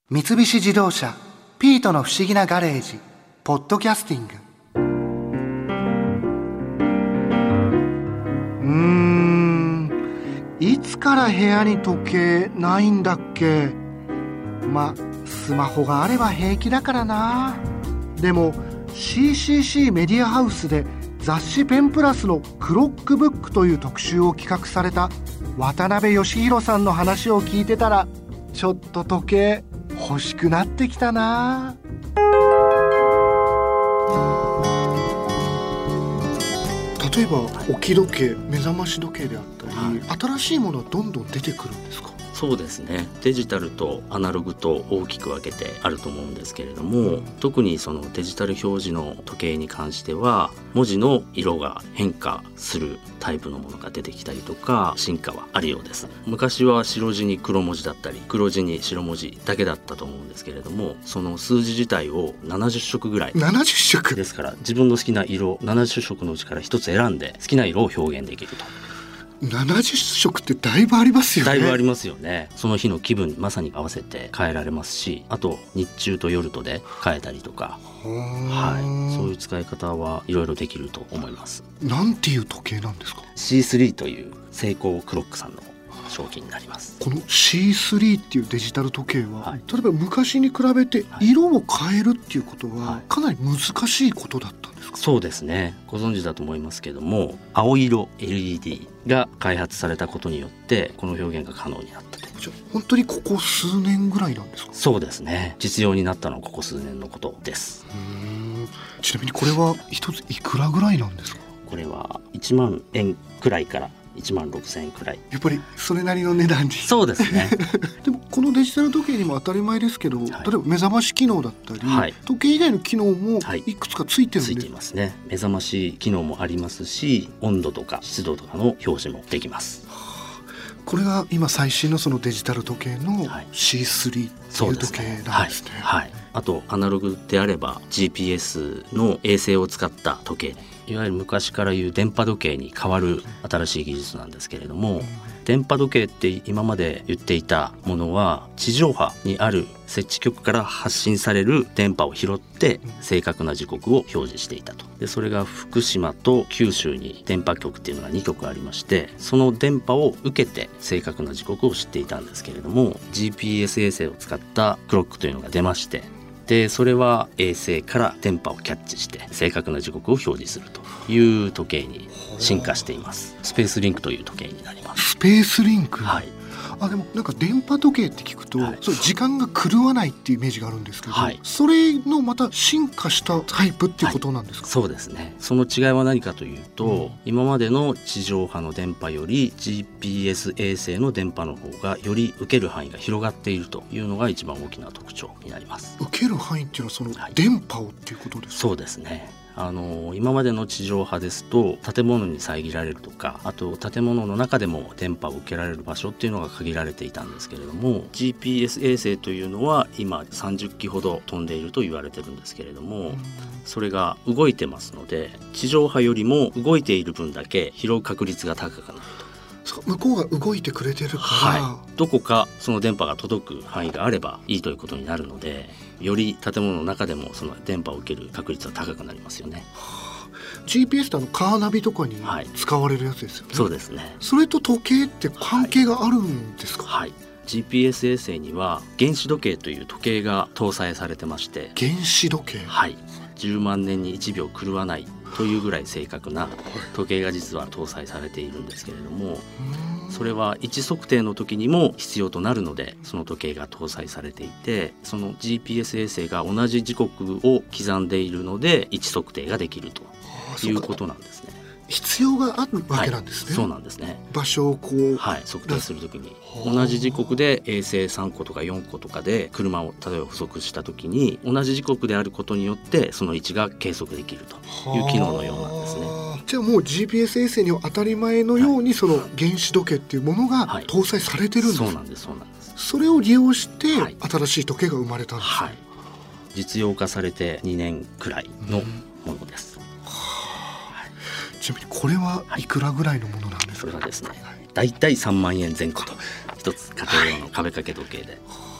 三菱自動車ピートの不思議なガレージポッドキャスティング。いつから部屋に時計ないんだっけ。スマホがあれば平気だからな。でも CCC メディアハウスで雑誌ペンプラスのクロックブックという特集を企画された渡辺義弘さんの話を聞いてたら、ちょっと時計欲しくなってきたな。例えば置き時計、目覚まし時計であったり、新しいものはどんどん出てくるんですか？ そうですね。デジタルとアナログと大きく分けてあると思うんですけれども、特にそのデジタル表示の時計に関しては文字の色が変化するタイプのものが出てきたりとか、進化はあるようです。昔は白地に黒文字だったり黒地に白文字だけだったと思うんですけれども、その数字自体を70色ぐらい、 70色ですから自分の好きな色70色のうちから一つ選んで好きな色を表現できると。 70色ってだいぶありますよね。 だいぶありますよね。その日の気分にまさに合わせて変えられますし、あと日中と夜とで変えたりとか、そういう使い方はいろいろできると思います。 なんていう時計なんですか？ C3 というセイコークロックさんの商品になります。 この C3 っていうデジタル時計は、例えば昔に比べて色を変えるっていうことはかなり難しいことだったんですか？ そうですね。ご存知だと思いますけども、青色 LED が開発されたことによってこの表現が可能になったと。 じゃあ本当にここ数年ぐらいなんですか？ そうですね。実用になったのはここ数年のことです。 ちなみにこれは一ついくらぐらいなんですか？これは1万円くらいから1万6000円くらい。 やっぱりそれなりの値段に。 そうですねでもこのデジタル時計にも当たり前ですけど、例えば目覚まし機能だったり、時計以外の機能もいくつかついてるんで、 ついていますね。目覚まし機能もありますし、温度とか湿度とかの表示もできます。 これが今最新のそのデジタル時計の C3 っていう時計なんですね。 あとアナログであれば GPS の衛星を使った時計、いわゆる昔からいう電波時計に代わる新しい技術なんですけれども、電波時計って今まで言っていたものは地上波にある設置局から発信される電波を拾って正確な時刻を表示していたと。でそれが福島と九州に電波局っていうのが2局ありまして、その電波を受けて正確な時刻を知っていたんですけれども、 GPS 衛星を使ったクロックというのが出まして、でそれは衛星から電波をキャッチして正確な時刻を表示するという時計に進化しています。スペースリンクという時計になります。 スペースリンク、でもなんか電波時計って聞くと、それ時間が狂わないっていうイメージがあるんですけど、それのまた進化したタイプっていうことなんですか？ そうですね。その違いは何かというと、今までの地上波の電波より GPS 衛星の電波の方がより受ける範囲が広がっているというのが一番大きな特徴になります。 受ける範囲っていうのはその電波をっていうことですか？ そうですね。今までの地上波ですと建物に遮られるとか、あと建物の中でも電波を受けられる場所っていうのが限られていたんですけれども、 GPS 衛星というのは今30機ほど飛んでいると言われてるんですけれども、それが動いてますので、地上波よりも動いている分だけ拾う確率が高くなると。 向こうが動いてくれてるから、 どこかその電波が届く範囲があればいいということになるので、より建物の中でもその電波を受ける確率は高くなりますよね。 GPS ってカーナビとかに使われるやつですよね。 そうですね。 それと時計って関係があるんですか？ GPS 衛星には原子時計という時計が搭載されてまして、 原子時計、 10万年に1秒狂わないというぐらい正確な時計が実は搭載されているんですけれども、それは位置測定の時にも必要となるので、その時計が搭載されていて、その GPS 衛星が同じ時刻を刻んでいるので位置測定ができるということなんですね。 必要があるわけなんですね。 そうなんですね。 場所をこう、 測定するときに同じ時刻で衛星3個とか4個とかで車を例えば捕捉したときに、同じ時刻であることによってその位置が計測できるという機能のようなんですね。 じゃあもう GPS 衛星には当たり前のようにその原子時計っていうものが搭載されてるんです。 そうなんです、そうなんです。 それを利用して新しい時計が生まれたんです。 実用化されて2年くらいのものです。 ちなみにこれはいくらぐらいのものなんですか？ それはですね、だいたい3万円前後と、一つ家庭用の壁掛け時計で。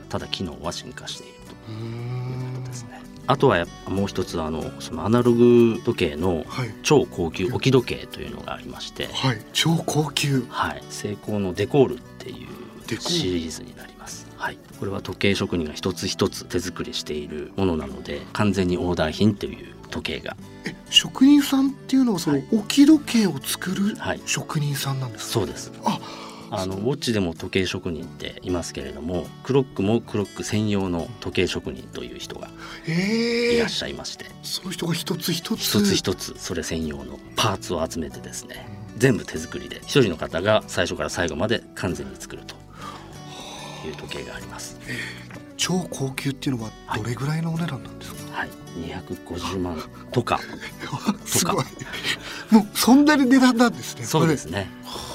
ただ機能は進化しているということですね。あとはもう一つそのアナログ時計の超高級置き時計というのがありまして、 はい、超高級、 はい、セイコーのデコールっていうシリーズになります。はい、これは時計職人が一つ一つ手作りしているものなので完全にオーダー品という時計が。 職人さんっていうのはその置き時計を作る職人さんなんですか？ そうです。ウォッチでも時計職人っていますけれども、クロックもクロック専用の時計職人という人がいらっしゃいまして、 その人が一つ一つそれ専用のパーツを集めてですね、全部手作りで一人の方が最初から最後まで完全に作るという時計があります。 超高級っていうのはどれぐらいのお値段なんですか？ はい、250万とかすごいもうそんなに値段なんですね。 そうですね。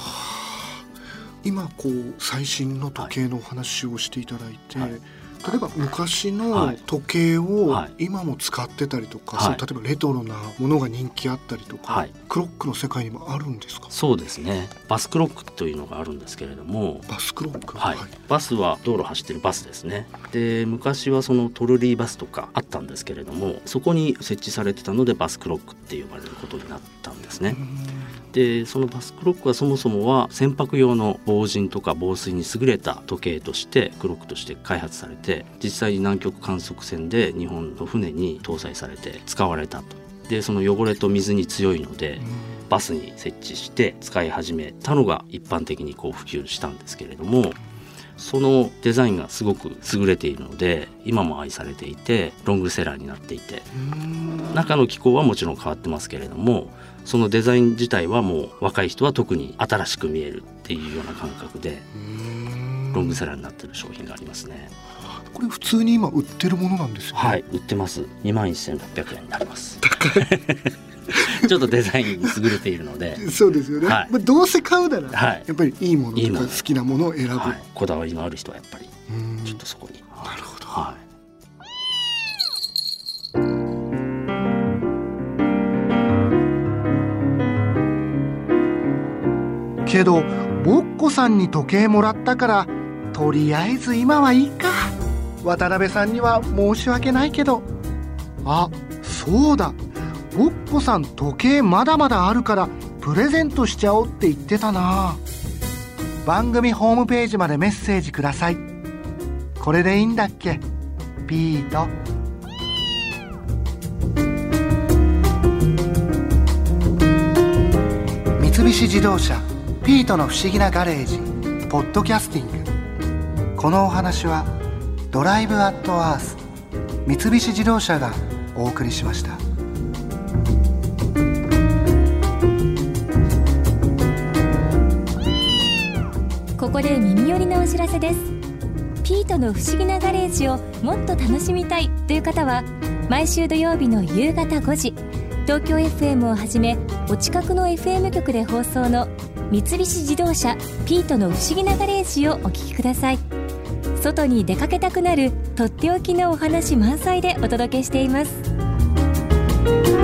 今最新の時計のお話をしていただいて、例えば昔の時計を今も使ってたりとか、例えばレトロなものが人気あったりとか、クロックの世界にもあるんですか？ そうですね。バスクロックというのがあるんですけれども、 バスクロック、 バスは道路走ってるバスですね。で、昔はそのトロリーバスとかあったんですけれども、そこに設置されてたのでバスクロックって呼ばれることになったんですね。で、そのバスクロックはそもそもは船舶用の防塵とか防水に優れた時計としてクロックとして開発されて、実際に南極観測船で日本の船に搭載されて使われたと。で、その汚れと水に強いのでバスに設置して使い始めたのが一般的に普及したんですけれども、そのデザインがすごく優れているので今も愛されていてロングセラーになっていて、中の機構はもちろん変わってますけれども、そのデザイン自体はもう若い人は特に新しく見えるっていうような感覚でロングセラーになっている商品がありますね。 これ普通に今売ってるものなんですよね？はい、 売ってます。21,600円になります。高いちょっとデザインに優れているのでそうですよね、どうせ買うなら、やっぱりいいものとか好きなものを選ぶ、 こだわりのある人はやっぱりちょっとそこに。 なるほど、けどボッコさんに時計もらったからとりあえず今はいいか。渡辺さんには申し訳ないけど、そうだ、ボッコさん時計まだまだあるからプレゼントしちゃおうって言ってたな。番組ホームページまでメッセージください。これでいいんだっけ？ピート。三菱自動車ピートの不思議なガレージポッドキャスティング。このお話はドライブアットアース三菱自動車がお送りしました。 ここで耳寄りなお知らせです。ピートの不思議なガレージをもっと楽しみたいという方は、毎週土曜日の夕方5時東京 FM をはじめお近くの FM 局で放送の三菱自動車ピートの不思議なガレージをお聞きください。外に出かけたくなるとっておきのお話満載でお届けしています。